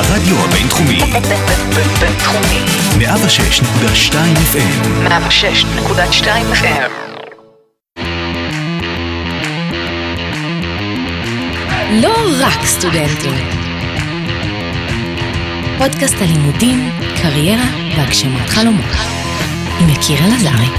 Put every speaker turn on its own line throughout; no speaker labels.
הרדיו הבינתחומי.
בינתחומי.
106.2 FM.
106.2 FM.
לא רק סטודנטים. פודקאסט הלימודים, קריירה והגשמת חלומות. עם יקיר אלעזרי.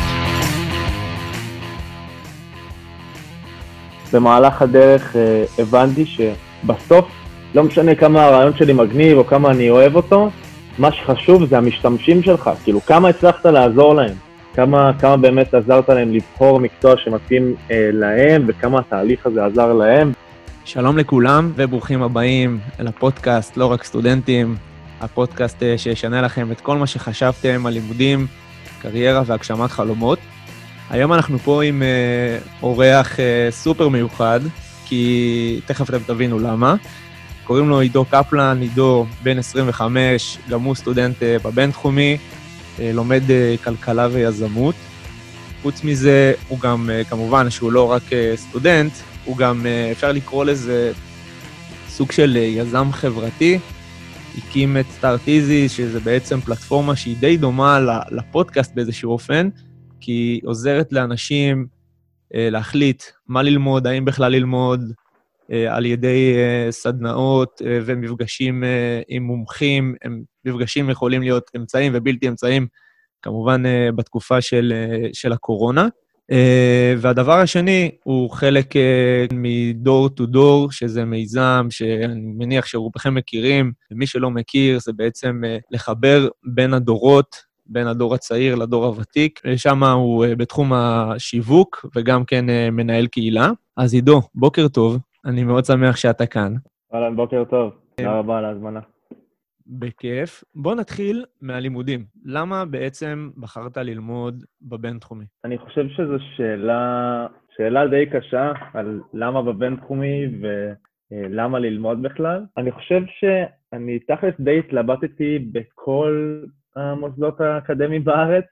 במהלך הדרך הבנתי שבסוף, לא משנה כמה הרעיון שלי מגניב או כמה אני אוהב אותו, מה שחשוב זה המשתמשים שלך, כאילו כמה הצלחת לעזור להם, כמה באמת עזרת להם לבחור מקצוע שמתאים להם, וכמה התהליך הזה עזר להם.
שלום לכולם וברוכים הבאים לפודקאסט לא רק סטודנטים, הפודקאסט שישנה לכם את כל מה שחשבתם על לימודים, קריירה והגשמת חלומות. היום אנחנו פה עם אורח סופר מיוחד, כי תכף אתם תבינו למה. קוראים לו עידו קפלן, עידו בן 25, גם הוא סטודנט בבינתחומי, לומד כלכלה ויזמות. חוץ מזה, הוא גם, כמובן שהוא לא רק סטודנט, הוא גם, אפשר לקרוא לזה סוג של יזם חברתי, הקים את סטארט-איזי, שזה בעצם פלטפורמה שהיא די דומה לפודקאסט באיזשהו אופן, כי היא עוזרת לאנשים להחליט מה ללמוד, האם בכלל ללמוד, על ידי סדנאות ומפגשים עם מומחים. מפגשים יכולים להיות אמצעים ובלתי אמצעים, כמובן בתקופה של הקורונה. והדבר השני הוא חלק מדור טו דור, שזה מיזם שאני מניח שרובכם מכירים, ומי שלא מכיר זה בעצם לחבר בין הדורות, בין הדור הצעיר לדור הוותיק. שם הוא בתחום השיווק וגם כן מנהל קהילה. אז עידו, בוקר טוב, אני מאוד שמח שאתה כאן.
אהלן, בוקר טוב, תודה רבה על ההזמנה.
בכיף. בוא נתחיל מהלימודים. למה בעצם בחרת ללמוד בבינתחומי?
אני חושב שזו שאלה די קשה על למה בבינתחומי ולמה ללמוד בכלל. אני חושב שאני תכלס די התלבטתי בכל המוסדות האקדמיים בארץ,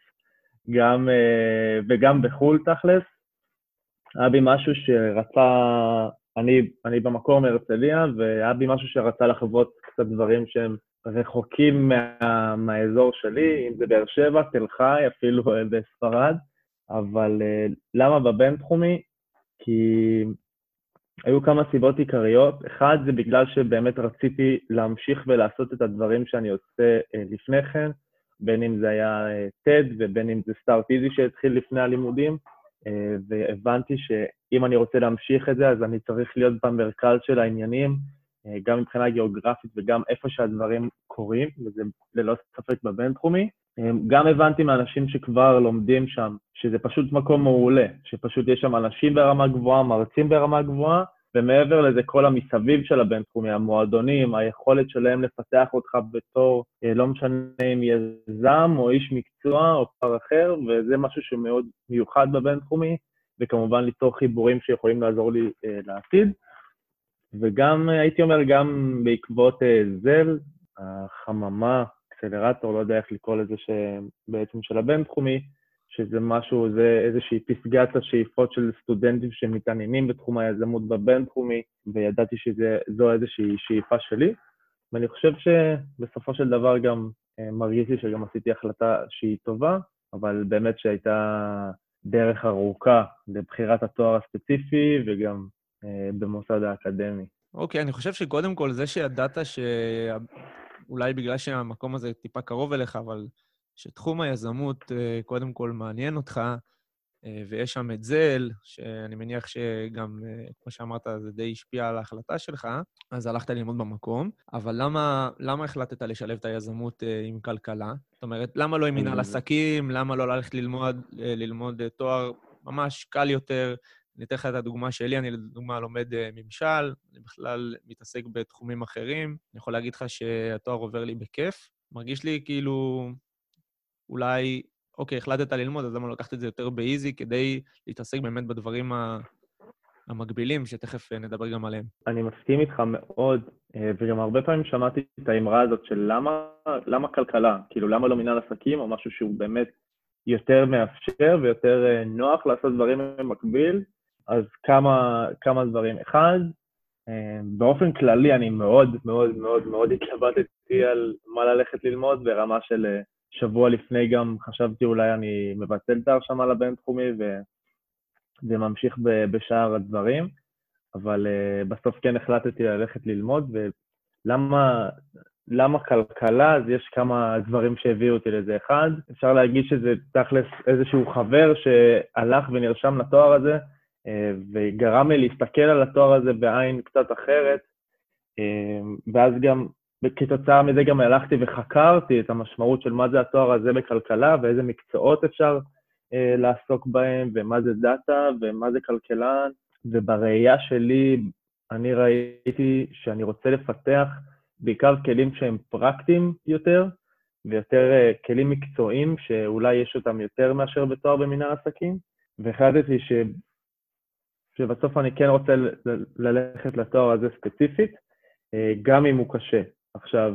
וגם בחול תכלס. היה בי משהו שרצה, אני במקור מהרצליה, והיה בי משהו שרצה לחוות קצת דברים שהם רחוקים מהאזור שלי, אם זה באר שבע, תל חי, אפילו בספרד. אבל למה בבינתחומי? כי היו כמה סיבות עיקריות. אחד, זה בגלל שבאמת רציתי להמשיך ולעשות את הדברים שאני עושה לפני כן, בין אם זה היה TED ובין אם זה סטארט-איזי שהתחיל לפני הלימודים, והבנתי שאם אני רוצה להמשיך את זה, אז אני צריך להיות במרכז של העניינים, גם מבחינה גיאוגרפית וגם איפה שהדברים קורים, וזה ללא ספק בבינתחומי. גם הבנתי מאנשים שכבר לומדים שם, שזה פשוט מקום מעולה, שפשוט יש שם אנשים ברמה גבוהה, מרצים ברמה גבוהה, ומעבר לזה כל המסביב של הבינתחומי, המועדונים, היכולת שלהם לפתח אותך בתור, לא משנה אם יזם או איש מקצוע או פער אחר, וזה משהו שמאוד מיוחד בבינתחומי, וכמובן ליצור חיבורים שיכולים לעזור לי לעתיד. וגם, הייתי אומר, גם בעקבות זל, החממה, אקסלרטור, לא יודע איך לקרוא לזה שבעצם של הבינתחומי, שזה משהו, זה איזושהי פסגת השאיפות של סטודנטים שמתעניינים בתחום היזמות בבינתחומי, וידעתי שזו איזושהי שאיפה שלי, ואני חושב שבסופו של דבר גם מרגיש לי שגם עשיתי החלטה שהיא טובה, אבל באמת שהייתה דרך ארוכה לבחירת התואר הספציפי וגם במוסד האקדמי.
אוקיי, אני חושב שקודם כל זה שידעת שאולי בגלל שהמקום הזה טיפה קרוב אליך, אבל שתחום היזמות קודם כל מעניין אותך, ויש שם את זל, שאני מניח שגם, כמו שאמרת, זה די השפיע על ההחלטה שלך, אז הלכת ללמוד במקום. אבל למה החלטת לשלב את היזמות עם כלכלה? זאת אומרת, למה לא עם מנהל עסקים? למה לא ללכת ללמוד תואר ממש קל יותר? אני אתן לך את הדוגמה שלי, אני לדוגמה לומד ממשל, אני בכלל מתעסק בתחומים אחרים. אני יכול להגיד לך שהתואר עובר לי בכיף. מרגיש לי כאילו אולי, אוקיי, החלטת ללמוד, אז למה לא לקחת את זה יותר באיזי, כדי להתעסק באמת בדברים המקבילים, שתכף נדבר גם עליהם.
אני מסכים איתך מאוד, וגם הרבה פעמים שמעתי את האמרה הזאת של למה כלכלה, כאילו למה לא מנהל עסקים, או משהו שהוא באמת יותר מאפשר ויותר נוח לעשות דברים במקביל. אז כמה דברים. אחד, באופן כללי אני מאוד מאוד מאוד מאוד התלבטתי על מה ללכת ללמוד, ברמה של שבוע לפני גם חשבתי אולי אני מבטל את ההרשמה לבינתחומי וממשיך בשאר הדברים, אבל בסוף כן החלטתי ללכת ללמוד, למה כלכלה? אז יש כמה דברים שהביאו אותי לזה. אחד, אפשר להגיד שזה תכלס איזשהו חבר שהלך ונרשם לתואר הזה, וגרם לי להסתכל על התואר הזה בעין קצת אחרת, ואז גם, כתוצאה מזה גם הלכתי וחקרתי את המשמעות של מה זה התואר הזה בכלכלה, ואיזה מקצועות אפשר לעסוק בהם, ומה זה דאטה, ומה זה כלכלן, ובראייה שלי אני ראיתי שאני רוצה לפתח בעיקר כלים שהם פרקטיים יותר, ויותר כלים מקצועיים שאולי יש אותם יותר מאשר בתואר במנהל עסקים, והחלטתי שבסוף אני כן רוצה ללכת לתואר הזה ספציפית, גם אם הוא קשה. עכשיו,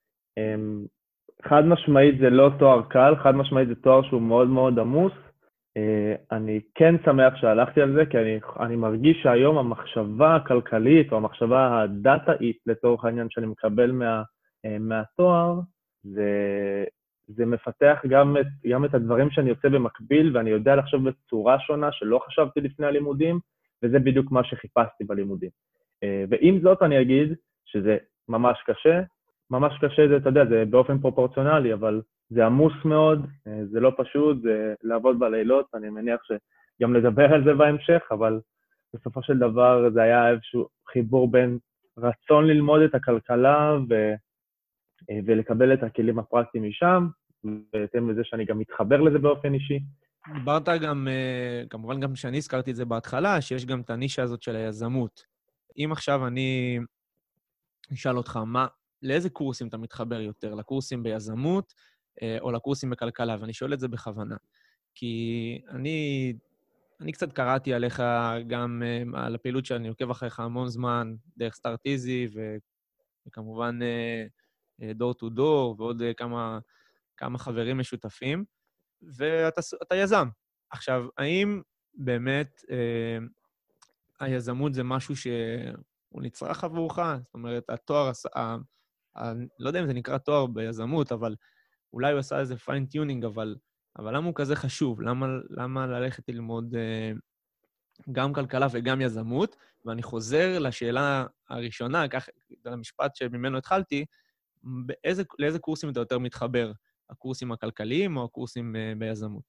חד משמעית זה לא תואר קל, חד משמעית זה תואר שהוא מאוד מאוד עמוס, אני כן שמח שהלכתי על זה, כי אני מרגיש שהיום המחשבה הכלכלית, או המחשבה הדאטאית, לצורך העניין שאני מקבל מהתואר, זה מפתח גם את הדברים שאני יוצא במקביל, ואני יודע לחשוב בצורה שונה שלא חשבתי לפני הלימודים, וזה בדיוק מה שחיפשתי בלימודים. ועם זאת אני אגיד שזה ממש קשה, זה, אתה יודע, זה באופן פרופורציונלי, אבל זה עמוס מאוד, זה לא פשוט, זה לעבוד בלילות, אני מניח שגם לדבר על זה בהמשך, אבל בסופו של דבר זה היה איזשהו חיבור בין רצון ללמוד את הכלכלה ולקבל את הכלים הפרקטיים משם, ובהתאם לזה שאני גם מתחבר לזה באופן אישי.
דיברת גם, כמובן גם שאני הזכרתי את זה בהתחלה, שיש גם את הנישה הזאת של היזמות. אם עכשיו אני אשאל אותך, לאיזה קורסים אתה מתחבר יותר? לקורסים ביזמות או לקורסים בכלכלה? ואני שואל את זה בכוונה. כי אני קצת קראתי עליך גם על הפעילות שאני עוקב אחריך המון זמן, דרך סטארט-איזי, וכמובן דור טו דור, ועוד כמה חברים משותפים, ואתה יזם. עכשיו, האם באמת היזמות זה משהו שהוא נצרך עבורך? זאת אומרת, התואר, לא יודע אם זה נקרא תואר ביזמות, אבל אולי הוא עשה איזה פיין-טיונינג, אבל למה הוא כזה חשוב? למה ללכת ללמוד גם כלכלה וגם יזמות? ואני חוזר לשאלה הראשונה, כך, למשפט שממנו התחלתי, לאיזה קורסים אתה יותר מתחבר? הקורסים הכלכליים או הקורסים ביזמות?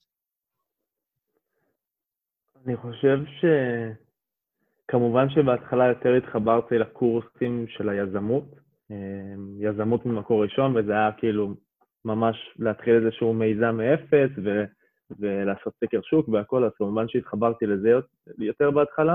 אני חושב כמובן שבהתחלה יותר התחברתי לקורסים של היזמות, יזמות ממקור ראשון, וזה היה כאילו ממש להתחיל איזשהו מיזם מאפס ולעשות סקר שוק והכל, אז כמובן שהתחברתי לזה יותר בהתחלה.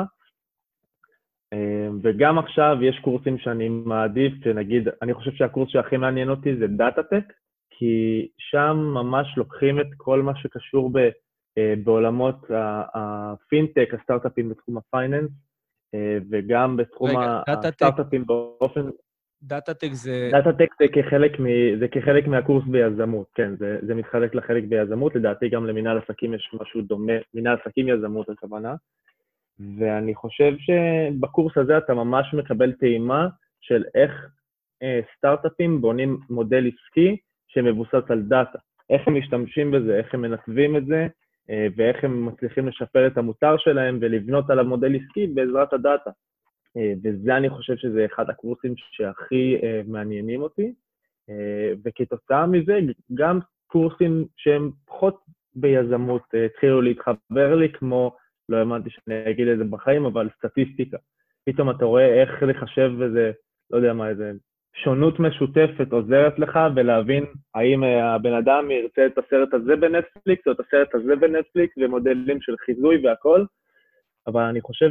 וגם עכשיו יש קורסים שאני מעדיף, שנגיד, אני חושב שהקורס שהכי מעניין אותי זה דאטה-טק, כי שם ממש לוקחים את כל מה שקשור בעולמות הפינטק, הסטארט-אפים בתחום הפייננס, וגם בתחום הסטארט-אפים באופן...
דאטה-טק זה...
דאטה-טק זה כחלק מהקורס ביזמות, כן, זה מתחלק לחלק ביזמות, לדעתי גם למנהל עסקים יש משהו דומה, מנהל עסקים יזמות הכוונה, ואני חושב שבקורס הזה אתה ממש מקבל טעימה של איך סטארט-אפים בונים מודל עסקי שמבוסס על דאטה, איך הם משתמשים בזה, איך הם מנתבים את זה, ואיך הם מצליחים לשפר את המוצר שלהם ולבנות על המודל עסקי בעזרת הדאטה. וזה אני חושב שזה אחד הקורסים שהכי מעניינים אותי, וכתוצאה מזה גם קורסים שהם פחות ביזמות התחילו להתחבר לי, כמו, לא האמנתי שאני אגיד את זה בחיים, אבל סטטיסטיקה. פתאום אתה רואה איך לחשב איזה, לא יודע מה, איזה שונות משותפת עוזרת לך, ולהבין האם הבן אדם ירצה את הסרט הזה בנטפליקס, או את הסרט הזה בנטפליקס, ומודלים של חיזוי והכל. אבל אני חושב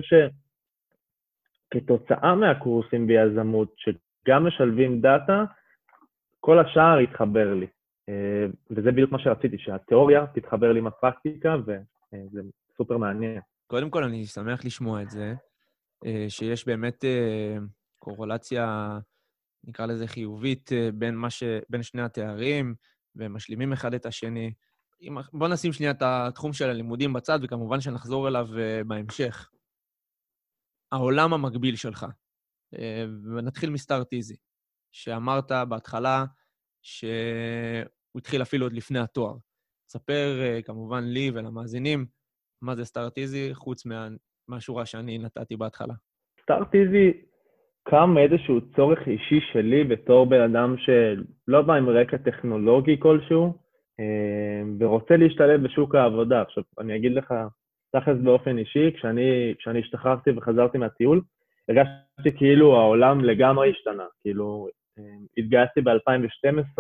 כתוצאה מהקורסים ביזמות, שגם משלבים דאטה, כל השאר יתחבר לי. וזה בדיוק מה שרציתי, שהתיאוריה תתחבר לי עם הפרקטיקה, וזה סופר מעניין.
קודם כל, אני שמח לשמוע את זה, שיש באמת קורולציה, נקרא לזה חיובית, בין שני התארים, ומשלימים אחד את השני. בוא נשים שנייה את התחום של הלימודים בצד, וכמובן שנחזור אליו בהמשך. העולם המקביל שלך. ונתחיל מסטארט איזי, שאמרת בהתחלה שהוא התחיל אפילו עוד לפני התואר. ספר כמובן לי ולמאזינים מה זה סטארט איזי, חוץ מהשורה שאני נתתי בהתחלה.
סטארט איזי קם מאיזשהו צורך אישי שלי בתור בן אדם שלא בא עם רקע טכנולוגי כלשהו, ורוצה להשתלב בשוק העבודה. עכשיו, אני אגיד לך, תכלס באופן אישי, כשאני השתחררתי וחזרתי מהטיול, הרגשתי כאילו העולם לגמרי השתנה. כאילו, התגייסתי ב-2012,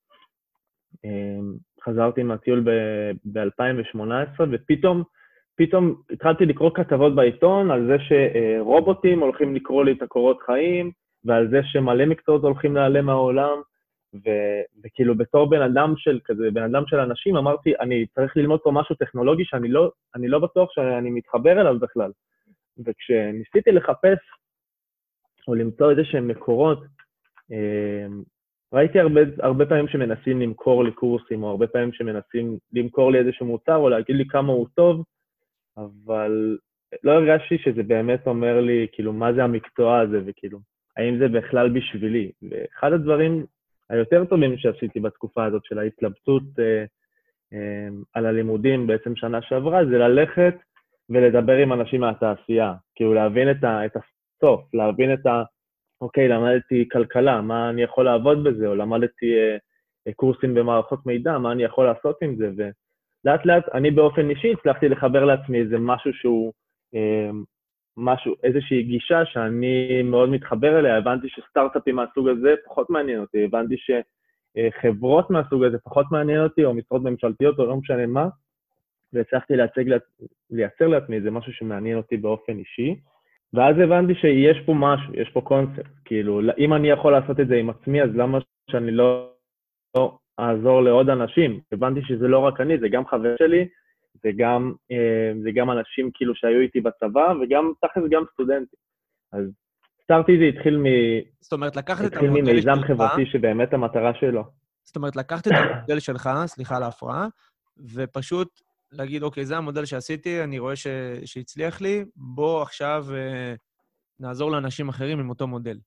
חזרתי מהטיול ב-2018, ופתאום התחלתי לקרוא כתבות בעיתון על זה שרובוטים הולכים לקרוא לי את הקורות חיים, ועל זה שמלא מקצועות הולכים להיעלם מהעולם, וכאילו בתור בן אדם של אנשים, אמרתי, אני צריך ללמוד פה משהו טכנולוגי שאני לא בטוח שאני מתחבר אליו בכלל. וכשניסיתי לחפש או למצוא איזשהם מקורות, ראיתי הרבה פעמים שמנסים למכור לי קורסים, או הרבה פעמים שמנסים למכור לי איזשהו מוצר, או להגיד לי כמה הוא טוב, אבל לא הרגשתי שזה באמת אומר לי, כאילו, מה זה המקצוע הזה, וכאילו, האם זה בכלל בשבילי. ואחד הדברים היותר טובים שעשיתי בתקופה הזאת של ההתלבטות על הלימודים בעצם שנה שעברה, זה ללכת ולדבר עם אנשים מהתעשייה, כאילו להבין את הסוף, להבין אוקיי, למדתי כלכלה, מה אני יכול לעבוד בזה, או למדתי קורסים במערכות מידע, מה אני יכול לעשות עם זה, ולאט לאט אני באופן אישי הצלחתי לחבר לעצמי איזה משהו שהוא, איזושהי גישה שאני מאוד מתחבר אליה, הבנתי שסטארט-אפים מהסוג הזה פחות מעניין אותי, הבנתי שחברות מהסוג הזה פחות מעניין אותי, או משרות ממשלתיות, או לא משנה מה, והצלחתי לייצר לעצמי איזה משהו שמעניין אותי באופן אישי, ואז הבנתי שיש פה משהו, יש פה קונספט, כאילו, אם אני יכול לעשות את זה עם עצמי, אז למה שאני לא אעזור לעוד אנשים? הבנתי שזה לא רק אני, זה גם חבר שלי, זה גם אנשים כאילו שהיו איתי בצבא, וגם תכף גם סטודנטים. אז סטארט איזי התחיל ממיזם חברתי שבאמת המטרה שלו.
זאת אומרת, לקחת את המודל שלך, סליחה על ההפרעה, ופשוט להגיד, אוקיי, זה המודל שעשיתי, אני רואה שהצליח לי, בוא עכשיו נעזור לאנשים אחרים עם אותו מודל.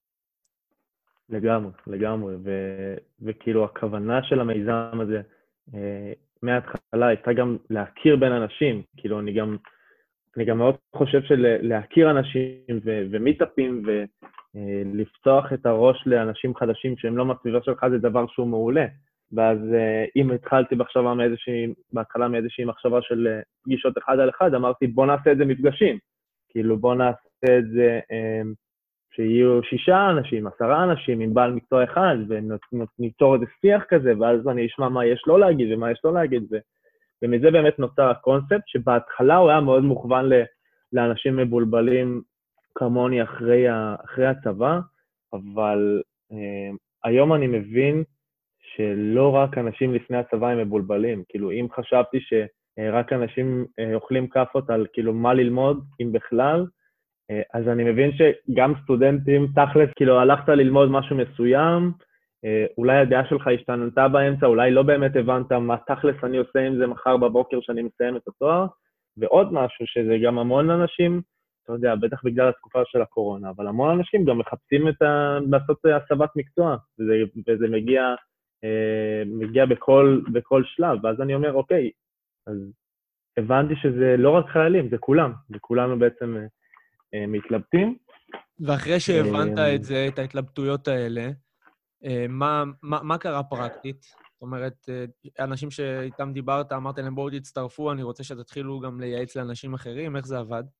לגמרי, וכאילו הכוונה של המיזם הזה, מההתחלה הייתה גם להכיר בין אנשים, כאילו אני גם מאוד חושב שלהכיר אנשים ומיטאפים ולפתוח את הראש לאנשים חדשים שהם לא מהסביבה שלך זה דבר שהוא מעולה. ואז אם התחלתי בהתחלה מאיזושהי מחשבה של פגישות אחד על אחד, אמרתי בוא נעשה את זה מפגשים, כאילו בוא נעשה את זה שיהיו 6 אנשים, 10 אנשים עם בעל מקצוע אחד, וניצור איזה שיח כזה, ואז אני אשמע מה יש לו להגיד ומה יש לו להגיד, ומזה באמת נוצר הקונספט, שבהתחלה הוא היה מאוד מוכוון לאנשים מבולבלים כמוני אחרי הצבא, אבל היום אני מבין שלא רק אנשים לפני הצבא הם מבולבלים, כאילו אם חשבתי שרק אנשים אוכלים כפות על כאילו מה ללמוד, אם בכלל, אז אני מבין שגם סטודנטים, תכלס, כאילו הלכת ללמוד משהו מסוים, אולי הדעה שלך השתנתה באמצע, אולי לא באמת הבנת מה תכלס אני עושה עם זה מחר בבוקר שאני מסיים את התואר, ועוד משהו שזה גם המון אנשים, אתה יודע, בטח בגלל התקופה של הקורונה, אבל המון אנשים גם מחפשים לעשות הסבת מקצוע, וזה מגיע בכל שלב, ואז אני אומר, אוקיי, אז הבנתי שזה לא רק חיילים, זה כולם, וכולנו בעצם מתלבטים.
ואחרי שהבנת את ההתלבטויות האלה, מה קרה פרקטית? זאת אומרת, אנשים שאיתם דיברת, אמרת להם בואו תצטרפו, אני רוצה שתתחילו גם לייעץ לאנשים אחרים, איך זה עבד?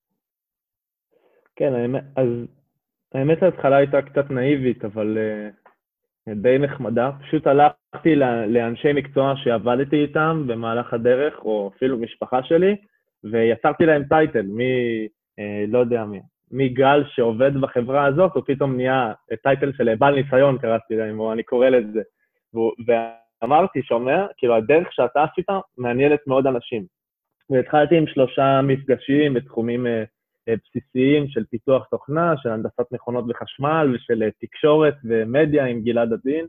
כן, אז האמת ההתחלה הייתה קצת נאיבית, אבל די נחמדה. פשוט הלכתי לאנשי מקצוע שעבדתי איתם במהלך הדרך, או אפילו משפחה שלי, ויצרתי להם טייטל, לא יודע מי גל שעובד בחברה הזאת, הוא פתאום נהיה טייטל של בעל ניסיון, קראתי להם, או אני קורא לזה. ואמרתי, שומע, כאילו הדרך שאתה עשית מעניינת מאוד אנשים. והתחלתי עם 3 מפגשים בתחומים בסיסיים של פיתוח תוכנה, של הנדסת מכונות וחשמל, ושל תקשורת ומדיה עם גלעד עדין.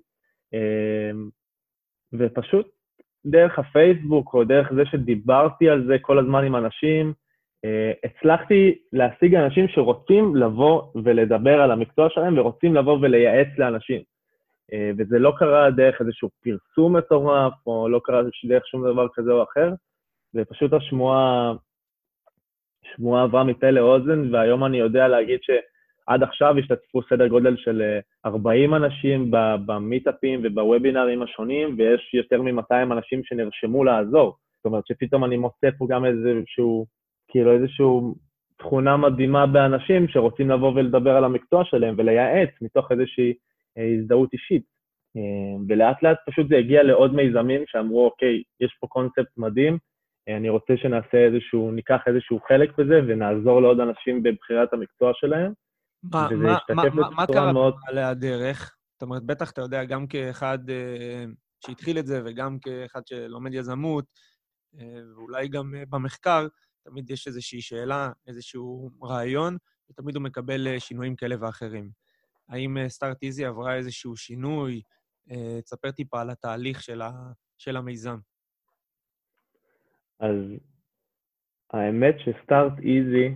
ופשוט דרך הפייסבוק, או דרך זה שדיברתי על זה כל הזמן עם אנשים, הצלחתי להשיג אנשים שרוצים לבוא ולדבר על המקצוע שלהם, ורוצים לבוא ולייעץ לאנשים. וזה לא קרה דרך איזשהו פרסום מטורף, או לא קרה דרך שום דבר כזה או אחר, ופשוט השמועה עברה מפה לאוזן, והיום אני יודע להגיד שעד עכשיו השתתפו סדר גודל של 40 אנשים במיטאפים ובוובינרים השונים, ויש יותר מ-200 אנשים שנרשמו לעזור. זאת אומרת שפתאום אני מוצא פה גם איזשהו תכונה מדהימה באנשים שרוצים לבוא ולדבר על המקצוע שלהם ולייעץ מתוך איזושהי הזדהות אישית. ולאט לאט פשוט זה הגיע לעוד מיזמים שאמרו, אוקיי, יש פה קונספט מדהים, אני רוצה ניקח איזשהו חלק בזה ונעזור לעוד אנשים בבחירת המקצוע שלהם.
מה קרה על הדרך? זאת אומרת, בטח אתה יודע, גם כאחד שהתחיל את זה וגם כאחד שלומד יזמות, ואולי גם במחקר, תמיד יש איזושהי שאלה, איזשהו רעיון, ותמיד הוא מקבל שינויים כאלה ואחרים. האם סטארט איזי עברה איזשהו שינוי? תספר טיפה על התהליך של המיזם.
אז האמת שסטארט איזי,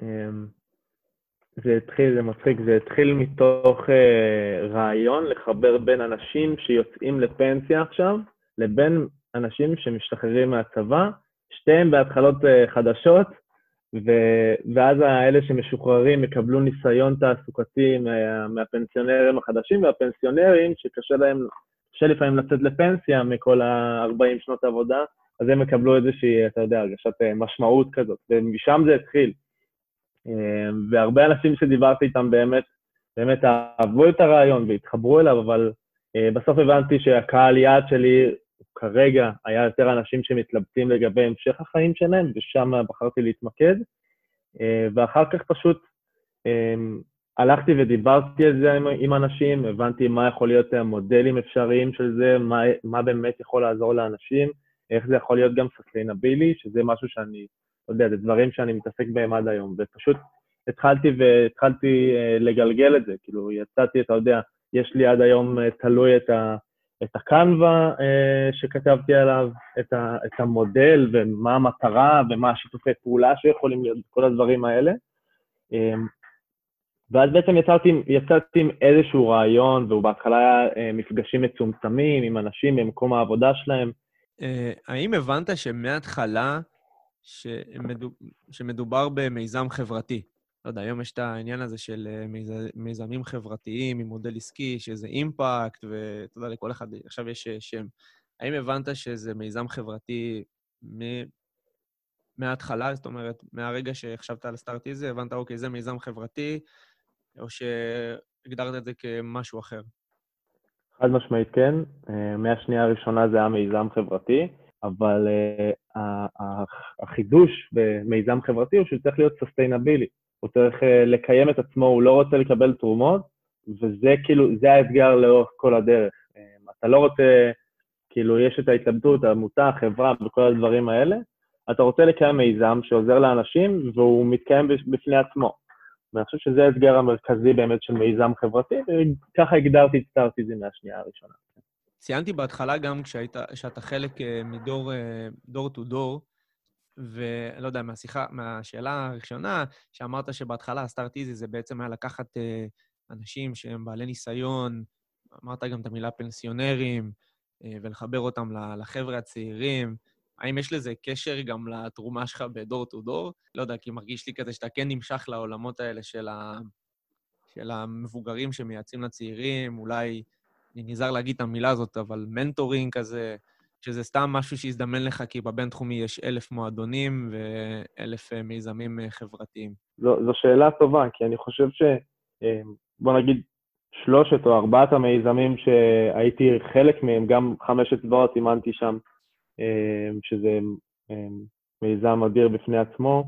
זה מצחיק, זה התחיל מתוך רעיון לחבר בין אנשים שיוצאים לפנסיה עכשיו, לבין אנשים שמשתחררים מהצבא, שתיהם בהתחלות חדשות, ואז האלה שמשוחררים יקבלו ניסיון תעסוקתי מהפנסיונרים החדשים, והפנסיונרים שקשה לפעמים לצאת לפנסיה מכל ה-40 שנות עבודה, אז הם יקבלו איזושהי, אתה יודע, הרגשת משמעות כזאת, ומשם זה התחיל. והרבה אנשים שדיברתי איתם באמת אהבו את הרעיון והתחברו אליו, אבל בסוף הבנתי שהקהל יעד שלי כרגע היה יותר אנשים שמתלבטים לגבי המשך החיים שלהם, ושם בחרתי להתמקד. ואחר כך פשוט הלכתי ודיברתי על זה עם אנשים, הבנתי מה יכול להיות המודלים אפשריים של זה, מה באמת יכול לעזור לאנשים, איך זה יכול להיות גם ססטיינבילי, שזה משהו שאני, לא יודע, זה דברים שאני מתעסק בהם עד היום, ופשוט התחלתי לגלגל את זה, כאילו יצאתי, אתה יודע, יש לי עד היום תלוי את הקנווה שכתבתי עליו, את המודל ומה המטרה ומה השיתופי פעולה שיכולים להיות, כל הדברים האלה. ואז בעצם יצאתי עם איזשהו רעיון, והוא בהתחלה היה מפגשים מצומצמים עם אנשים במקום העבודה שלהם.
האם הבנת שמההתחלה שמדובר במיזם חברתי? לא יודע, היום יש את העניין הזה של מיזמים חברתיים עם מודל עסקי, שזה אימפקט, ואתה יודע, לכל אחד עכשיו יש שם. האם הבנת שזה מיזם חברתי מההתחלה? זאת אומרת, מהרגע שהחשבת על סטארט איזי, הבנת, אוקיי, זה מיזם חברתי, או שהגדרת את זה כמשהו אחר?
חד משמעית כן, מהשנייה הראשונה זה היה מיזם חברתי, אבל החידוש במיזם חברתי הוא שהוא צריך להיות ססטיינבילי, הוא צריך לקיים את עצמו, הוא לא רוצה לקבל תרומות, וזה כאילו, זה האתגר לאורך כל הדרך. אתה לא רוצה, כאילו יש את ההתלבטות, העמותה, החברה וכל הדברים האלה, אתה רוצה לקיים מיזם שעוזר לאנשים והוא מתקיים בפני עצמו. ואני חושב שזה האתגר המרכזי באמת של מיזם חברתי, וככה הגדרתי את סטארט איזי מהשנייה הראשונה.
ציינתי בהתחלה גם שאתה חלק מדור טו דור, ולא יודע, מהשאלה הראשונה, שאמרת שבהתחלה סטארט איזי זה בעצם היה לקחת אנשים שהם בעלי ניסיון, אמרת גם את המילה פנסיונרים, ולחבר אותם לחבר'ה הצעירים. האם יש לזה קשר גם לתרומה שלך בדור טו דור? לא יודע, כי מרגיש לי כזה שאתה כן נמשך לעולמות האלה של המבוגרים שמייעצים לצעירים, אולי, אני נזהר להגיד את המילה הזאת, אבל מנטורינג כזה, שזה סתם משהו שיזדמן לך, כי בבינתחומי יש 1,000 מועדונים ו1,000 מיזמים חברתיים.
זו שאלה טובה, כי אני חושב בוא נגיד, 3 או 4 המיזמים שהייתי חלק מהם, גם 5 אצבעות אימנתי שם, שזה מיזם אדיר בפני עצמו.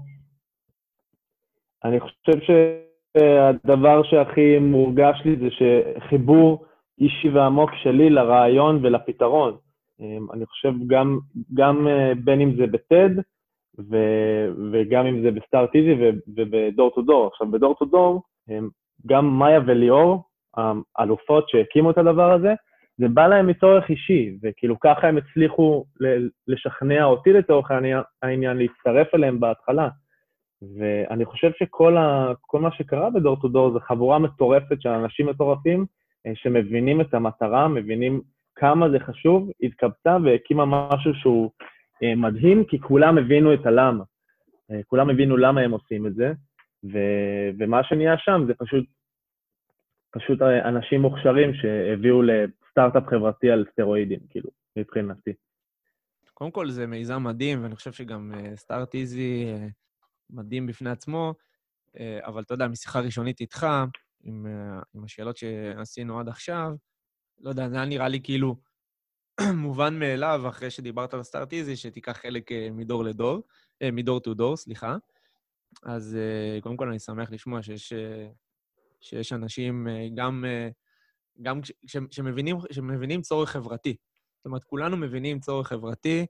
אני חושב שהדבר שהכי מורגש לי זה שחיבור אישי ועמוק שלי לרעיון ולפתרון. אני חושב גם בין אם זה בטד, וגם אם זה בסטארט איזי ובדור טו דור. עכשיו, בדור טו דור, גם מאיה וליאור, האלופות שהקימו את הדבר הזה, זה בא להם מצורך אישי, וכאילו ככה הם הצליחו לשכנע אותי לתוך העניין, להצטרף אליהם בהתחלה. ואני חושב כל מה שקרה בדור טו דור זה חבורה מטורפת של אנשים מטורפים, שמבינים את המטרה, מבינים כמה זה חשוב, התקבצה והקימה משהו שהוא מדהים, כי כולם הבינו את הלמה. כולם הבינו למה הם עושים את זה, ומה שנהיה שם זה פשוט אנשים מוכשרים שהביאו לסטארט-אפ חברתי על סטרואידים, כאילו, מבחינתי.
קודם כל זה מיזם מדהים, ואני חושב שגם סטארט איזי מדהים בפני עצמו, אבל אתה יודע, משיחה ראשונית איתך, עם השאלות שעשינו עד עכשיו, לא יודע, זה היה נראה לי כאילו מובן מאליו, אחרי שדיברת על סטארט איזי, שתיקח חלק מדור טו דור, סליחה. אז קודם כל אני שמח לשמוע שיש אנשים גם שמבינים צורך חברתי. זאת אומרת, כולנו מבינים צורך חברתי,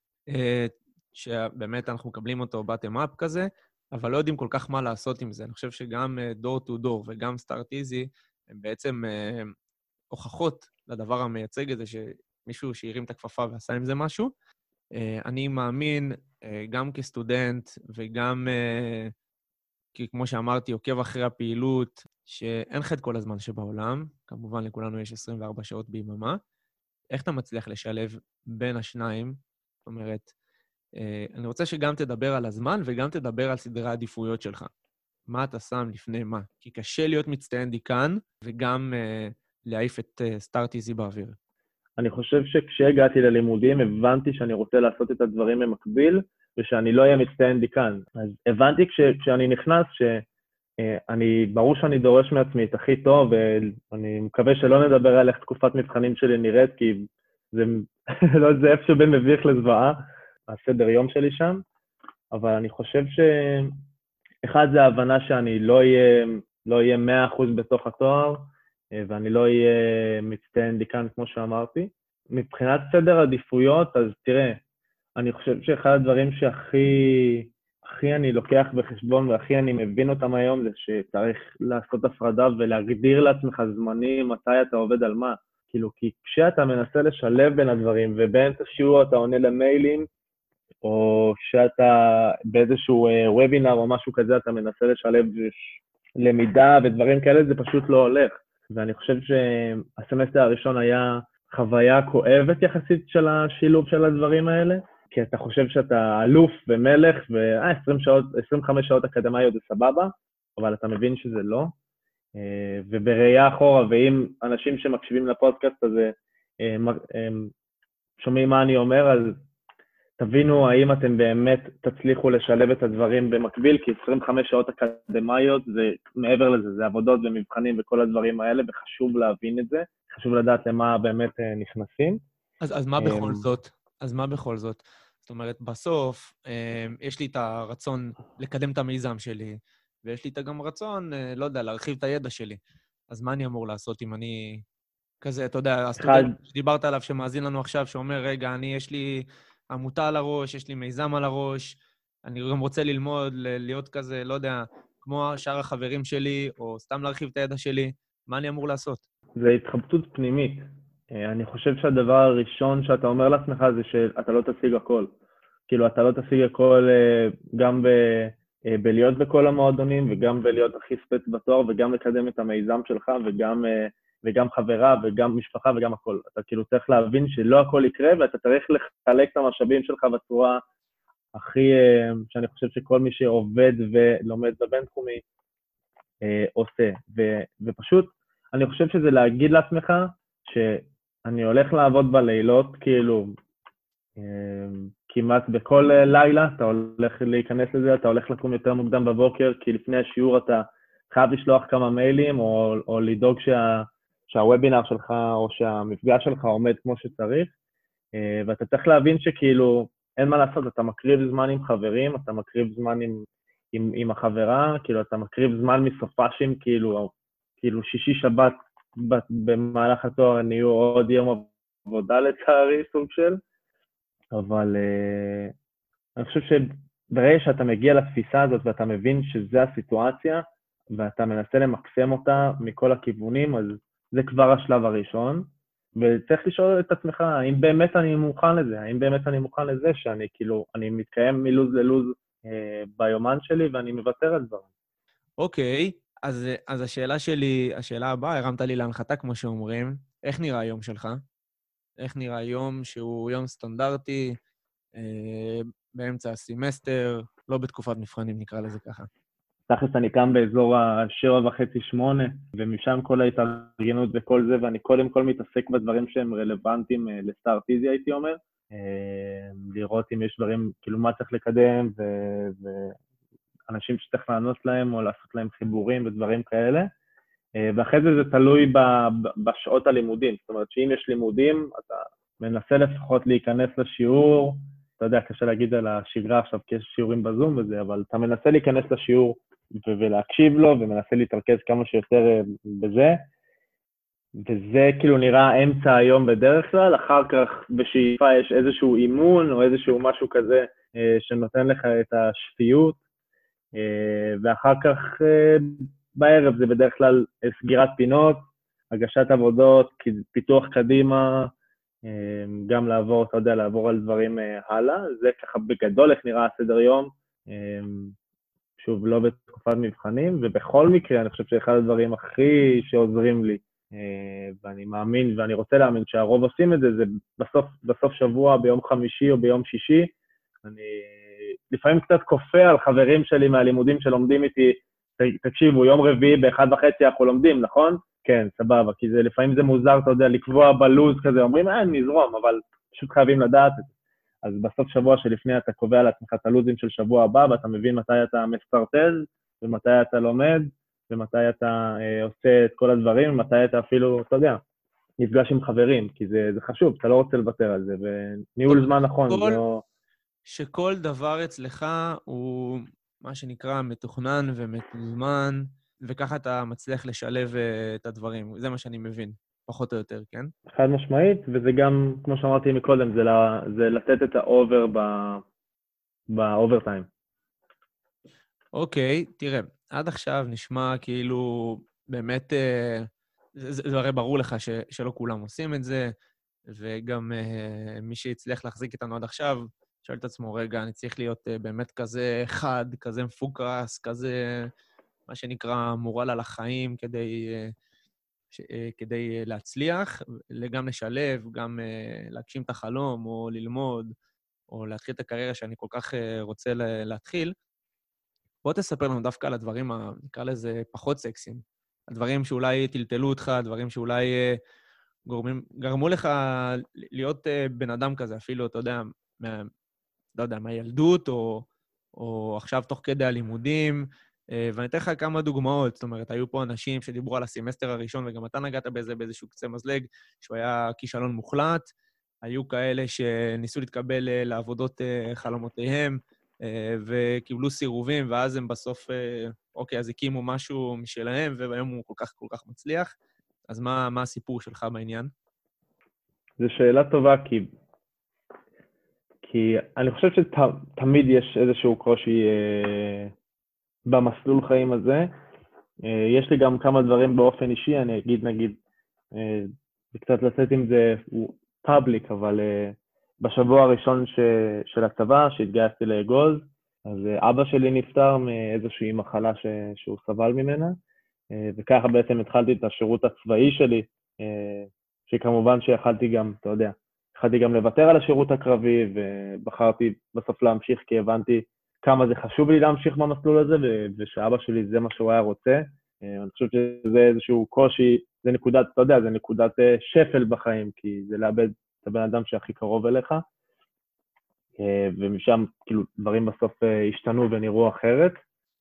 שבאמת אנחנו מקבלים אותו bottom-up כזה, אבל לא יודעים כל כך מה לעשות עם זה. אני חושב שגם דור טו דור וגם סטארט איזי, הם בעצם הוכחות לדבר המייצג הזה, שמישהו שהרים את הכפפה ועשה עם זה משהו. אני מאמין, גם כסטודנט וגם, כי כמו שאמרתי, עוקב אחרי הפעילות, שאין חד כל הזמן שבעולם, כמובן לכולנו יש 24 שעות ביממה. איך אתה מצליח לשלב בין השניים? זאת אומרת, אני רוצה שגם תדבר על הזמן וגם תדבר על סדרי העדיפויות שלך. מה אתה שם לפני מה? כי קשה להיות מצטיין דיקן וגם להעיף את סטארט איזי באוויר.
אני חושב שכשהגעתי ללימודים הבנתי שאני רוצה לעשות את הדברים במקביל, ושאני לא אהיה מצטיין דיקן. אז הבנתי כשאני נכנס ברור שאני דורש מעצמי את הכי טוב, ואני מקווה שלא נדבר על איך תקופת מבחנים שלי נראית, כי זה איפשהו בין מביך לזוועה, הסדר יום שלי שם, אבל אני חושב שאחד זה ההבנה שאני לא אהיה 100% בתוך התואר, ואני לא אהיה מצטיין דיקן כמו שאמרתי. מבחינת סדר עדיפויות, אז תראה, אני חושב שאחד הדברים הכי אני לוקח בחשבון והכי אני מבין אותם היום זה שצריך לעשות הפרדה ולהגדיר לעצמך זמנים מתי אתה עובד על מה. כאילו, כי כשאתה מנסה לשלב בין הדברים ובאמצע שיעור אתה עונה למיילים, או כשאתה באיזשהו וובינר או משהו כזה אתה מנסה לשלב למידה ודברים כאלה, זה פשוט לא הולך. ואני חושב שהסמסטר הראשון היה חוויה כואבת יחסית של השילוב של הדברים האלה, כי אתה חושב שאתה אלוף ומלך, 25 שעות אקדמיות זה סבבה, אבל אתה מבין שזה לא. ובראייה אחורה, ואם אנשים שמקשיבים לפודקאסט הזה שומעים מה אני אומר, אז תבינו האם אתם באמת תצליחו לשלב את הדברים במקביל, כי 25 שעות אקדמיות זה מעבר לזה, זה עבודות ומבחנים וכל הדברים האלה, וחשוב להבין את זה, חשוב לדעת למה באמת נכנסים.
אז מה בכל זאת? זאת אומרת, בסוף יש לי את הרצון לקדם את המיזם שלי, ויש לי גם רצון, לא יודע, להרחיב את הידע שלי. אז מה אני אמור לעשות אם אני כזה, אתה יודע, הסטודנט שדיברת עליו שמאזין לנו עכשיו, שאומר, רגע, יש לי עמותה על הראש, יש לי מיזם על הראש, אני גם רוצה ללמוד, להיות כזה, לא יודע, כמו שאר החברים שלי, או סתם להרחיב את הידע שלי, מה אני אמור לעשות?
זה התחבטות פנימית. אני חושב שהדבר הראשון שאתה אומר לעצמך זה שאתה לא תשיג הכל. כאילו, אתה לא תשיג הכל גם בלהיות בכל המועדונים, וגם בלהיות הכי ספץ בתואר, וגם לקדם את המיזם שלך, וגם חברה, וגם משפחה, וגם הכל. אתה כאילו צריך להבין שלא הכל יקרה, ואתה צריך לחלק את המשאבים שלך בצורה הכי, שאני חושב שכל מי שעובד ולומד בבינתחומי עושה. ופשוט, אני חושב שזה להגיד לעצמך שאני הולך לעבוד בלילות, כאילו, כמעט בכל לילה, אתה הולך להיכנס לזה, אתה הולך לקום יותר מוקדם בבוקר, כי לפני השיעור אתה חייב לשלוח כמה מיילים, או לדאוג שהוובינר שלך, או שהמפגש שלך עומד כמו שצריך, ואתה צריך להבין שכאילו, אין מה לעשות, אתה מקריב זמן עם חברים, אתה מקריב זמן עם החברה, כאילו, אתה מקריב זמן מסופשים, כאילו שישי שבת במהלך התואר נהיו עוד יום עבודה לצערי, סוג של, אבל אני חושב שברגע שאתה מגיע לתפיסה הזאת ואתה מבין שזו הסיטואציה, ואתה מנסה למקסם אותה מכל הכיוונים, אז זה כבר השלב הראשון, וצריך לשאול את עצמך, האם באמת אני מוכן לזה? האם באמת אני מוכן לזה שאני כאילו, אני מתקיים מלוז ללוז ביומן שלי, ואני מוותר על דברים.
אוקיי, אז השאלה הבאה, הרמת לי להנחתה, כמו שאומרים, איך נראה היום שלך? איך נראה יום שהוא יום סטנדרטי, באמצע הסמסטר, לא בתקופת מבחנים, נקרא לזה ככה?
תכלס אני קם באזור ה7:30-8, ומשם כל ההתארגנות וכל זה, ואני קודם כל מתעסק בדברים שהם רלוונטיים לסטארט איזי, הייתי אומר. לראות אם יש דברים, כאילו מה צריך לקדם, ואנשים שצריך לענות להם, או לעשות להם חיבורים ודברים כאלה. ואחרי זה זה תלוי בשעות הלימודים. זאת אומרת שאם יש לימודים, אתה מנסה לפחות להיכנס לשיעור, אתה יודע, קשה להגיד על השגרה עכשיו, כי יש שיעורים בזום וזה, אבל אתה מנסה להיכנס לשיעור ולהקשיב לו, ומנסה להתרכז כמה שיותר בזה, וזה כאילו נראה אמצע היום בדרך כלל. אחר כך בשאיפה יש איזשהו אימון, או איזשהו משהו כזה שנותן לך את השפיות, ואחר כך בערב זה בדרך כלל סגירת פינות, הגשת עבודות, פיתוח קדימה, גם לעבור, אתה יודע, לעבור על דברים הלאה. זה ככה בגדול איך נראה הסדר יום, שוב, לא בתקופת מבחנים, ובכל מקרה אני חושב שאחד הדברים הכי שעוזרים לי, ואני מאמין ואני רוצה להאמין שהרוב עושים את זה, זה בסוף שבוע, ביום חמישי או ביום שישי, אני לפעמים קצת כופה על חברים שלי מהלימודים שלומדים איתי, תקשיבו, יום רביעי ב1:30 אנחנו לומדים, נכון? כן, סבבה, כי זה, לפעמים זה מוזר, אתה יודע, לקבוע בלוז כזה, אומרים, נזרום, אבל פשוט חייבים לדעת את זה. אז בסוף שבוע שלפני אתה קובע לעצמך את הלוזים של שבוע הבא, ואתה מבין מתי אתה מסטרטז, ומתי אתה לומד, ומתי אתה עושה את כל הדברים, ומתי אתה אפילו, אתה יודע, נפגש עם חברים, כי זה חשוב, אתה לא רוצה לוותר על זה, וניהול זמן נכון, זה לא...
שכל דבר אצלך הוא מה שנקרא מתוכנן ומתוזמן, וככה אתה מצליח לשלב את הדברים. זה מה שאני מבין, פחות או יותר, כן?
חד משמעית, וזה גם, כמו שאמרתי מקודם, זה לתת את האובר באוברטיים.
אוקיי, תראה, עד עכשיו נשמע כאילו באמת, זה הרי ברור לך שלא כולם עושים את זה, וגם מי שהצליח להחזיק איתנו עד עכשיו, שואל את עצמו, רגע, אני צריך להיות באמת כזה חד, כזה מפוקס, כזה, מה שנקרא, מורל על החיים, כדי להצליח, גם לשלב, גם להגשים את החלום, או ללמוד, או להתחיל את הקריירה שאני כל כך רוצה להתחיל. בוא תספר לנו דווקא על הדברים, נקרא לזה, פחות סקסיים. הדברים שאולי טלטלו אותך, הדברים שאולי גרמו לך להיות בן אדם כזה, אפילו, אתה יודע, לא יודע, מהילדות, או עכשיו תוך כדי הלימודים, ואני אתן לך כמה דוגמאות. זאת אומרת, היו פה אנשים שדיברו על הסמסטר הראשון, וגם אתה נגעת בזה באיזשהו קצה מזלג, שהוא היה כישלון מוחלט. היו כאלה שניסו להתקבל לעבודות חלומותיהם, וקיבלו סירובים, ואז הם בסוף, אוקיי, אז הקימו משהו משלהם, והיום הוא כל כך מצליח. אז מה הסיפור שלך בעניין?
זו שאלה טובה, כי אני חושב שתמיד יש איזשהו קושי במסלול חיים הזה. יש לי גם כמה דברים באופן אישי, אני אגיד, נגיד, קצת לצאת עם זה פאבליק, אבל בשבוע הראשון של הצבא, שהתגייסתי לאגוז, אז אבא שלי נפטר מאיזושהי מחלה שהוא סבל ממנה, וככה בעצם התחלתי את השירות הצבאי שלי, שכמובן שיכלתי גם, אתה יודע, התחלתי גם לוותר על השירות הקרבי, ובחרתי בסוף להמשיך, כי הבנתי כמה זה חשוב לי להמשיך במסלול הזה, ושאבא שלי זה מה שהוא היה רוצה. אני חושב שזה איזשהו קושי, זה נקודת, אתה יודע, זה נקודת שפל בחיים, כי זה לאבד את הבן אדם שהכי קרוב אליך, ומשם כאילו דברים בסוף השתנו ונראו אחרת.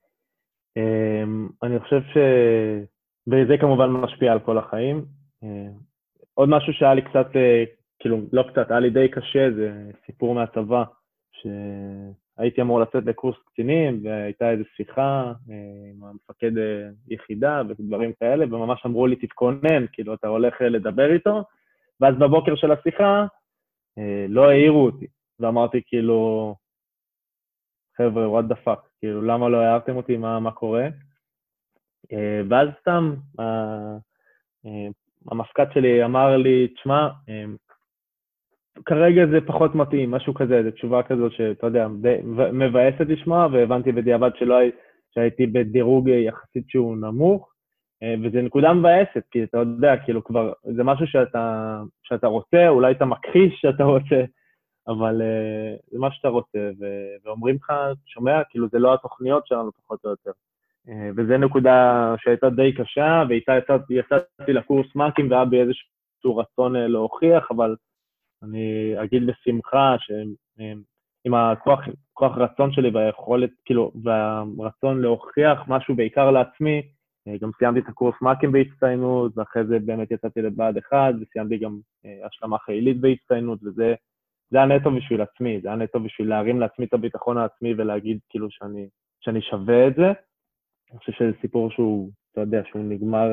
אני חושב וזה כמובן משפיע על כל החיים. עוד משהו שהיה לי קצת, כאילו לא קצת, היה לי די קשה, זה סיפור מהצבא, שהייתי אמור לצאת לקורס קצינים, והייתה איזו שיחה עם המפקד יחידה ודברים כאלה, וממש אמרו לי, תתכונן, כאילו אתה הולך לדבר איתו, ואז בבוקר של השיחה לא העירו אותי, ואמרתי כאילו, חבר'ה, what the fuck, כאילו למה לא הערתם אותי, מה קורה? ואז סתם, המפקד שלי אמר לי, תשמע, כרגע זה פחות מתאים, משהו כזה, זו תשובה כזאת שאתה יודע, מבאסת לשמוע, והבנתי בדיעבד שהייתי בדירוג יחסית שהוא נמוך, וזה נקודה מבאסת, כי אתה יודע, כאילו כבר, זה משהו שאתה רוצה, אולי אתה מכחיש שאתה רוצה, אבל זה מה שאתה רוצה, ואומרים לך, שומע, כאילו זה לא התוכניות שלנו פחות או יותר. וזה נקודה שהייתה די קשה, ואיתה יצאתי לקורס מאקים, והיה בי איזשהו רצון להוכיח, אבל אני אגיד בשמחה שעם הכוח רצון שלי והיכולת, כאילו, והרצון להוכיח משהו בעיקר לעצמי, גם סיימתי את הקורס מאקים בהצטיינות, ואחרי זה באמת יצאתי לבה"ד 1, וסיימתי גם השלמה חילית בהצטיינות, וזה היה נטו בשביל עצמי, זה היה נטו בשביל להרים לעצמי את הביטחון העצמי ולהגיד כאילו שאני שווה את זה. אני חושב שזה סיפור שהוא, אתה יודע, שהוא נגמר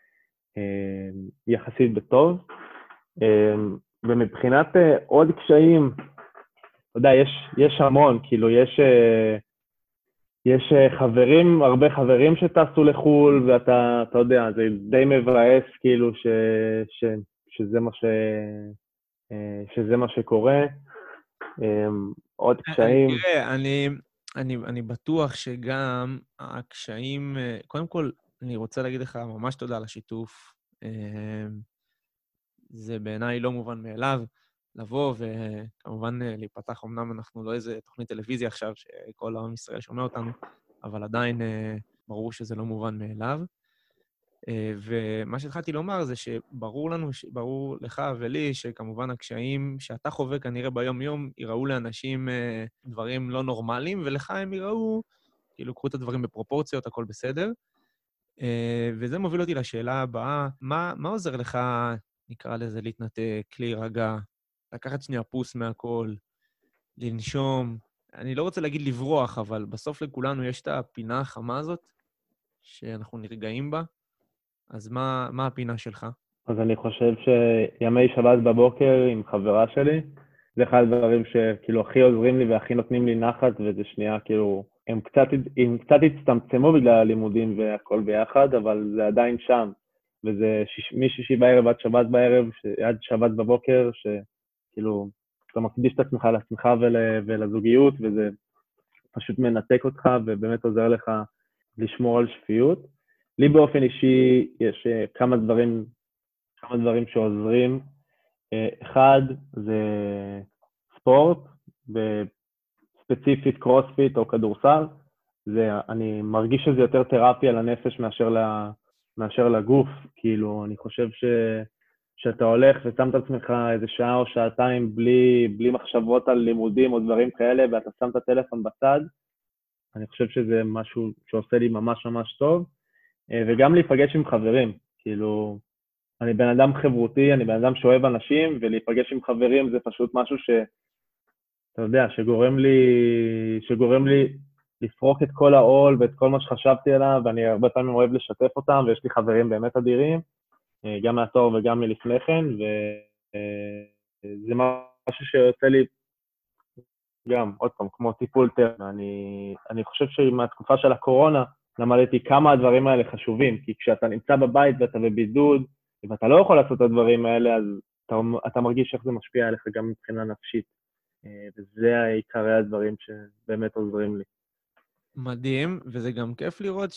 יחסית בטוב. ומבחינת עוד קשיים, אתה יודע, יש המון, כאילו יש חברים, הרבה חברים שטסו לחול, ואתה יודע, זה די מבאס כאילו שזה מה שקורה. עוד קשיים.
תראה, אני בטוח שגם הקשיים, קודם כל, אני רוצה להגיד לך ממש תודה על השיתוף. זה בעיניי לא מובן מאליו לבוא, וכמובן להיפתח, אמנם אנחנו לא איזה תוכנית טלוויזיה עכשיו, שכל העם ישראל שומע אותנו, אבל עדיין ברור שזה לא מובן מאליו. ומה שהתחלתי לומר זה שברור לנו, ברור לך ולי, שכמובן הקשיים שאתה חווה כנראה ביום-יום, יראו לאנשים דברים לא נורמליים, ולך הם יראו, כאילו, קחו את הדברים בפרופורציות, הכל בסדר. וזה מוביל אותי לשאלה הבאה, מה עוזר לך, נקרא לזה, להתנתק, להירגע, לקחת שנייה פוס מהכל, לנשום? אני לא רוצה להגיד לברוח, אבל בסוף לכולנו יש את הפינה החמה הזאת, שאנחנו נרגעים בה. אז מה הפינה שלך?
אז אני חושב שימי שבת בבוקר עם חברה שלי, זה אחד הדברים שכאילו הכי עוזרים לי והכי נותנים לי נחת, וזה שנייה כאילו, הם קצת הצטמצמו בגלל הלימודים והכל ביחד, אבל זה עדיין שם. וזה משישי בערב עד שבת בערב, עד שבת בבוקר, שכאילו, אתה מקדיש את עצמך לעצמך ולזוגיות, וזה פשוט מנתק אותך, ובאמת עוזר לך לשמור על שפיות. לי באופן אישי יש כמה דברים שעוזרים. אחד זה ספורט, ספציפית קרוספיט או כדורסל. אני מרגיש שזה יותר תרפיה לנפש מאשר לגוף. כאילו, אני חושב שאתה הולך ושם את עצמך איזה שעה או שעתיים בלי מחשבות על לימודים או דברים כאלה, ואתה שם את הטלפון בצד. אני חושב שזה משהו שעושה לי ממש ממש טוב. וגם להיפגש עם חברים, כאילו, אני בן אדם חברותי, אני בן אדם שאוהב אנשים, ולהיפגש עם חברים זה פשוט משהו אתה יודע, שגורם לי לפרוק את כל העול ואת כל מה שחשבתי עליו, ואני הרבה פעמים אוהב לשתף אותם, ויש לי חברים באמת אדירים, גם מהתואר וגם מלפני כן, וזה משהו שיוצא לי גם, עוד פעם, כמו טיפול אני חושב שמהתקופה של הקורונה, למדתי כמה הדברים האלה חשובים, כי כשאתה נמצא בבית ואתה בבידוד, ואתה לא יכול לעשות את הדברים האלה, אז אתה מרגיש איך זה משפיע עליך גם מבחינה נפשית. וזה העיקרי הדברים שבאמת עוזרים לי.
מדהים, וזה גם כיף לראות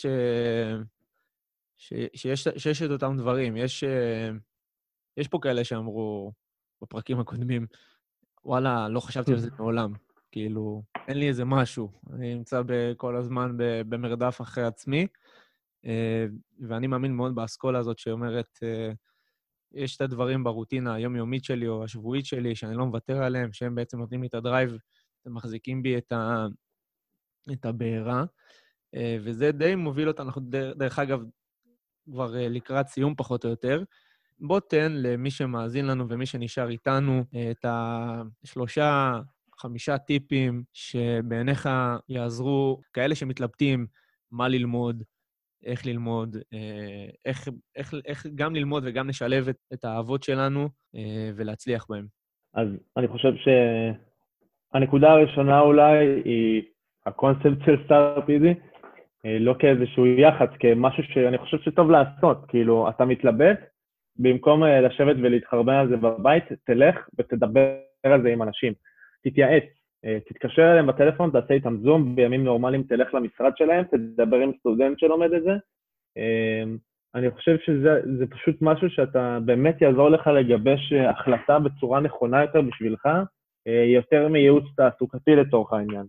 שיש את אותם דברים. יש פה כאלה שאמרו בפרקים הקודמים, וואלה, לא חשבתי על זה מעולם. כאילו, אין לי איזה משהו. אני נמצא כל הזמן במרדף אחרי עצמי, ואני מאמין מאוד באסכולה הזאת שאומרת, יש את הדברים ברוטינה היומיומית שלי או השבועית שלי, שאני לא מוותר עליהם, שהם בעצם נותנים לי את הדרייב, הם מחזיקים בי את הבעירה, וזה די מוביל אותנו, דרך אגב, כבר לקראת סיום פחות או יותר. בוא תן למי שמאזין לנו ומי שנשאר איתנו את 3-5 טיפים שבעיניך יעזרו, כאלה שמתלבטים מה ללמוד, איך ללמוד, איך גם ללמוד וגם לשלב את האהבות שלנו ולהצליח בהם.
אז אני חושב שהנקודה הראשונה אולי היא הקונספט של סטארט-אפ איזי, לא כאיזשהו יח"צ, כמשהו שאני חושב שטוב לעשות. כאילו, אתה מתלבט, במקום לשבת ולהתחרבן על זה בבית, תלך ותדבר על זה עם אנשים. תתייעץ, תתקשר אליהם בטלפון, תעשה איתם זום, בימים נורמליים תלך למשרד שלהם, תדבר עם סטודנט שלומד את זה. אני חושב שזה פשוט משהו שאתה באמת יעזור לך לגבש החלטה בצורה נכונה יותר בשבילך, יותר מייעוץ תעסוקתי לתוך העניין.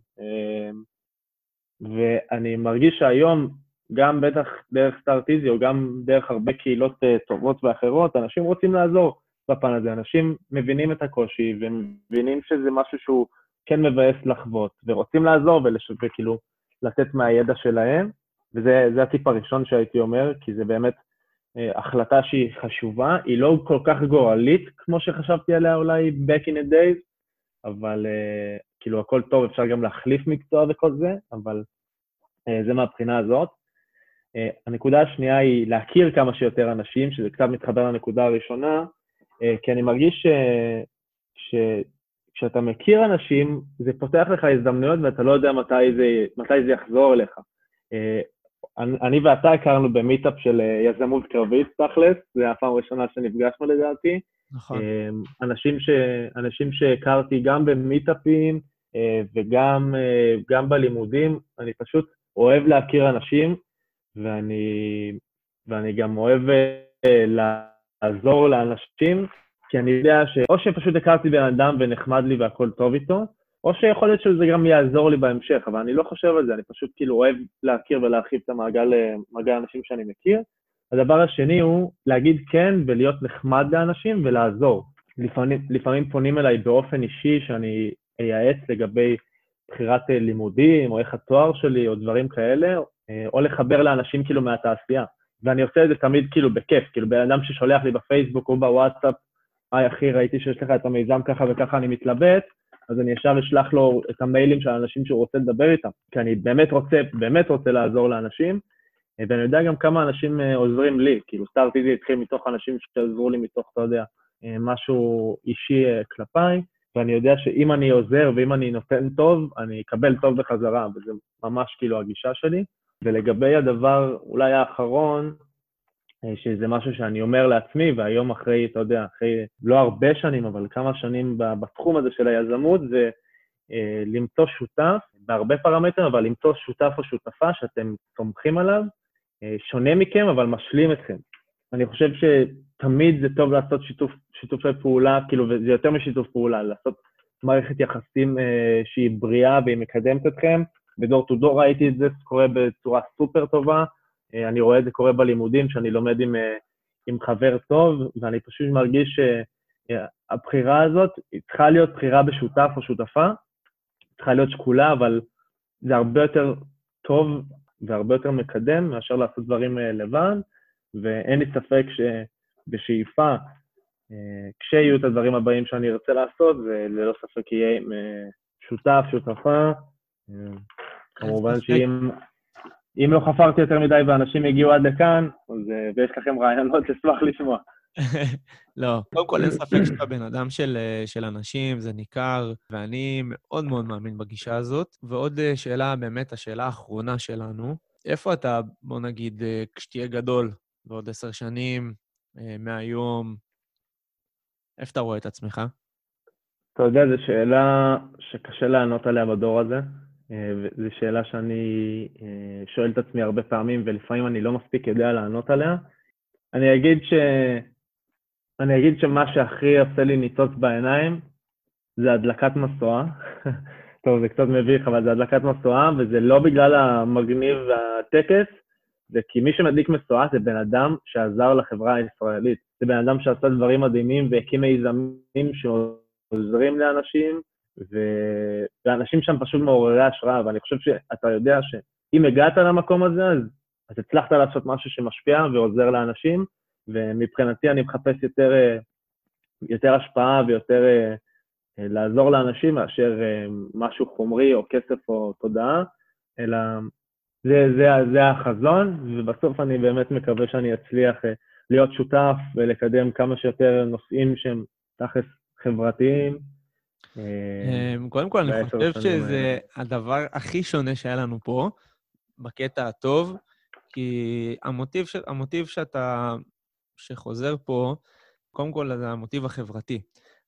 ואני מרגיש שהיום, גם בטח דרך סטארט-איזי, או גם דרך הרבה קהילות טובות ואחרות, אנשים רוצים לעזור בפן הזה. אנשים מבינים את הקושי, ומבינים שזה משהו שהוא כן מבאס לחוות, ורוצים לעזור וכאילו לתת מהידע שלהם, וזה הטיפ הראשון שהייתי אומר, כי זה באמת החלטה שהיא חשובה, היא לא כל כך גורלית, כמו שחשבתי עליה אולי back in the days, אבל כאילו הכל טוב, אפשר גם להחליף מקצוע וכל זה, אבל זה מהבחינה הזאת. הנקודה השנייה היא להכיר כמה שיותר אנשים, שזה קצת מתחבר לנקודה הראשונה, כי אני מרגיש כשאתה מכיר אנשים, זה פותח לך הזדמנויות ואתה לא יודע מתי זה יחזור אליך. אני ואתה הכרנו במיטאפ של יזמות קרבית, תכלס, זה הפעם הראשונה שנפגשנו לדעתי.
נכון.
אנשים שהכרתי גם במיטאפים וגם בלימודים, אני פשוט אוהב להכיר אנשים, ואני גם אוהב לעזור לאנשים, כי אני יודע או שפשוט הכרתי בן אדם ונחמד לי והכל טוב איתו, או שיכול להיות שזה גם יעזור לי בהמשך, אבל אני לא חושב על זה, אני פשוט כאילו אוהב להכיר ולהרחיב את מעגל האנשים שאני מכיר. הדבר השני הוא להגיד כן ולהיות נחמד לאנשים ולעזור. לפעמים פונים אליי באופן אישי שאני אייעץ לגבי בחירת לימודים, או איך התואר שלי, או דברים כאלה, או לחבר לאנשים כאילו מהתעשייה. ואני עושה את זה תמיד כאילו בכיף, כאילו בן אדם ששולח לי בפייסבוק או בוואטסאפ, היי אחי, ראיתי שיש לך את המיזם ככה וככה אני מתלבט, אז אני ישר אשלח לו את המיילים של האנשים שהוא רוצה לדבר איתם, כי אני באמת רוצה לעזור לאנשים, ואני יודע גם כמה אנשים עוזרים לי, כאילו סטארט-איזי התחיל מתוך אנשים שעזרו לי מתוך, אתה יודע, משהו אישי כלפיי, ואני יודע שאם אני עוזר ואם אני נותן טוב, אני אקבל טוב בחזרה, וזה ממש כאילו הגישה שלי. ולגבי הדבר אולי האחרון, שזה משהו שאני אומר לעצמי, והיום אחרי, אתה יודע, אחרי לא הרבה שנים, אבל כמה שנים בתחום הזה של היזמות, זה למצוא שותף, בהרבה פרמטרים, אבל למצוא שותף או שותפה שאתם תומכים עליו, שונה מכם, אבל משלים אתכם. אני חושב שתמיד זה טוב לעשות שיתופי פעולה, כאילו, וזה יותר משיתוף פעולה, לעשות מערכת יחסים שהיא בריאה והיא מקדמת אתכם. בדור טו דור ראיתי את זה קורה בצורה סופר טובה, אני רואה את זה קורה בלימודים, שאני לומד עם חבר טוב, ואני פשוט מרגיש שהבחירה הזאת צריכה להיות בחירה בשותף או שותפה, צריכה להיות שקולה, אבל זה הרבה יותר טוב והרבה יותר מקדם מאשר לעשות דברים לבד, ואין לי ספק שבשאיפה, כשיהיו את הדברים הבאים שאני ארצה לעשות, וללא ספק יהיה שותף, שותפה, כמובן שאם לא חפרתי יותר מדי ואנשים הגיעו עד לכאן, ויש לכם רעיונות, אשמח לשמוע.
לא, קודם כל אין ספק שאתה בן אדם של אנשים, זה ניכר, ואני מאוד מאוד מאמין בגישה הזאת. ועוד שאלה, באמת השאלה האחרונה שלנו, איפה אתה, בוא נגיד, כשתהיה גדול, בעוד 10 שנים, מהיום, איפה אתה רואה את עצמך?
אתה יודע, זו שאלה שקשה לענות עליה בדור הזה, וזו שאלה שאני שואל את עצמי הרבה פעמים, ולפעמים אני לא מספיק יודע לענות עליה. אני אגיד שמה שהכי עושה לי ניצוץ בעיניים, זה הדלקת מסועה. טוב, זה קצת מביך, אבל זה הדלקת מסועה, וזה לא בגלל המגניב והטקס, זה כי מי שמדליק מסועה זה בן אדם שעזר לחברה הישראלית. זה בן אדם שעשה דברים מדהימים והקים מיזמים שעוזרים לאנשים, ואנשים שם פשוט מעוררי השראה, ואני חושב שאתה יודע שאם הגעת למקום הזה, אז הצלחת לעשות משהו שמשפיע ועוזר לאנשים, ומבחינתי אני מחפש יותר השפעה ויותר לעזור לאנשים מאשר משהו חומרי או כסף או תודעה, אלא זה החזון, ובסוף אני באמת מקווה שאני אצליח להיות שותף ולקדם כמה שיותר נושאים שהם תכלס חברתיים.
קודם כל, אני חושב שזה הדבר הכי שונה שהיה לנו פה, בקטע הטוב, כי המוטיב שחוזר פה, קודם כל זה המוטיב החברתי.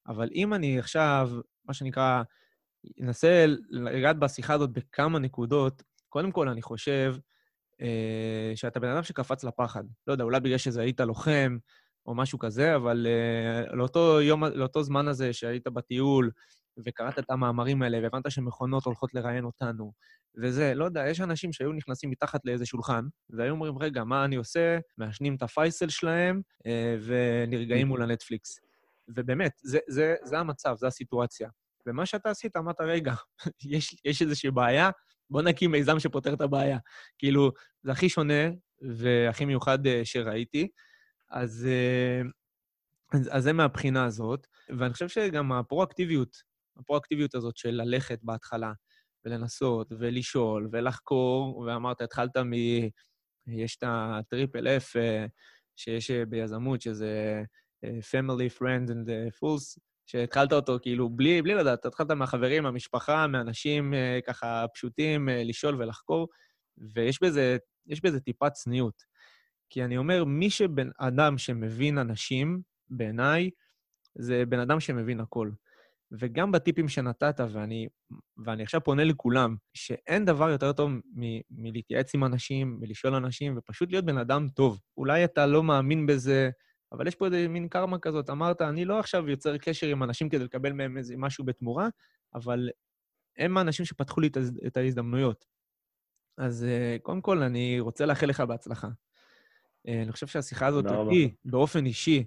אבל אם אני עכשיו, מה שנקרא, אנסה לגעת בשיחה הזאת בכמה נקודות, קודם כל אני חושב שאתה בן אדם שקפץ לפחד. לא יודע, אולי בגלל שזה היית לוחם או משהו כזה, אבל לאותו זמן הזה שהיית בטיול וקראת את המאמרים האלה והבנת שמכונות הולכות לראיין אותנו, וזה, לא יודע, יש אנשים שהיו נכנסים מתחת לאיזה שולחן, והיו אומרים, רגע, מה אני עושה? מעשנים את הפייסל שלהם ונרגעים מול הנטפליקס. ובאמת, זה המצב, זה הסיטואציה. ומה שאתה עשית, אמרת, רגע, יש איזושהי בעיה, בוא נקים מיזם שפותר את הבעיה. כאילו, זה הכי שונה והכי מיוחד שראיתי. אז זה מהבחינה הזאת. ואני חושב שגם הפרואקטיביות הזאת של ללכת בהתחלה, ולנסות, ולשאול, ולחקור, ואמרת, התחלת יש את הטריפל F שיש ביזמות, שזה Family, Friends and Fools, שהתחלת אותו כאילו בלי לדעת, התחלת מהחברים, מהמשפחה, מאנשים ככה פשוטים, לשאול ולחקור, ויש בזה טיפה צניעות. כי אני אומר, אדם שמבין אנשים, בעיניי, זה בן אדם שמבין הכל. וגם בטיפים שנתת, ואני עכשיו פונה לכולם, שאין דבר יותר טוב מלהתייעץ עם אנשים, מלשאול אנשים, ופשוט להיות בן אדם טוב. אולי אתה לא מאמין בזה, אבל יש פה איזה מין קרמה כזאת. אמרת, אני לא עכשיו יוצר קשר עם אנשים כדי לקבל מהם איזה משהו בתמורה, אבל הם האנשים שפתחו לי את ההזדמנויות. אז קודם כל, אני רוצה לאחל לך בהצלחה. אני חושב שהשיחה הזאת אותי, באופן אישי,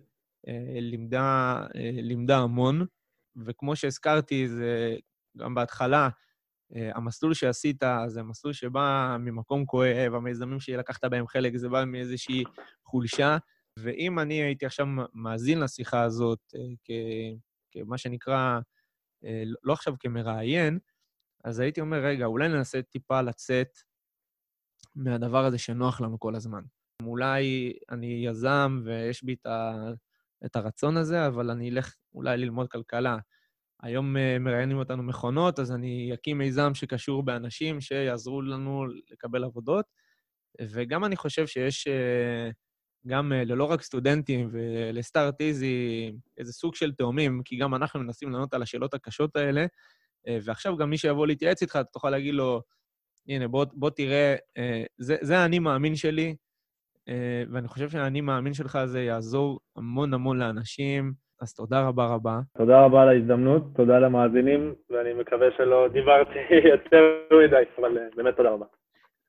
לימדה המון, וכמו שהזכרתי, זה גם בהתחלה, המסלול שעשית, זה מסלול שבא ממקום כואב, המיזמים שלקחת בהם חלק, זה בא מאיזושהי חולשה, ואם אני הייתי עכשיו מאזין לשיחה הזאת, כמה שנקרא, לא עכשיו כמראיין, אז הייתי אומר, רגע, אולי ננסה טיפה לצאת מהדבר הזה שנוח לנו כל הזמן. אולי אני יזם ויש בי את הרצון הזה, אבל אני אלך אולי ללמוד כלכלה. היום מראיינים אותנו מכונות, אז אני אקים מיזם שקשור באנשים שיעזרו לנו לקבל עבודות, וגם אני חושב שיש גם ללא רק סטודנטים ולסטארט איזי איזה סוג של תאומים, כי גם אנחנו מנסים לענות על השאלות הקשות האלה, ועכשיו גם מי שיבוא להתייעץ איתך, אתה תוכל להגיד לו, הנה, בוא תראה, זה האני מאמין שלי, ואני חושב שהאני מאמין שלך זה יעזור המון המון לאנשים, אז תודה רבה רבה.
תודה רבה על ההזדמנות, תודה למאזינים, ואני מקווה שלא דיברתי יותר מדי, אבל באמת תודה רבה.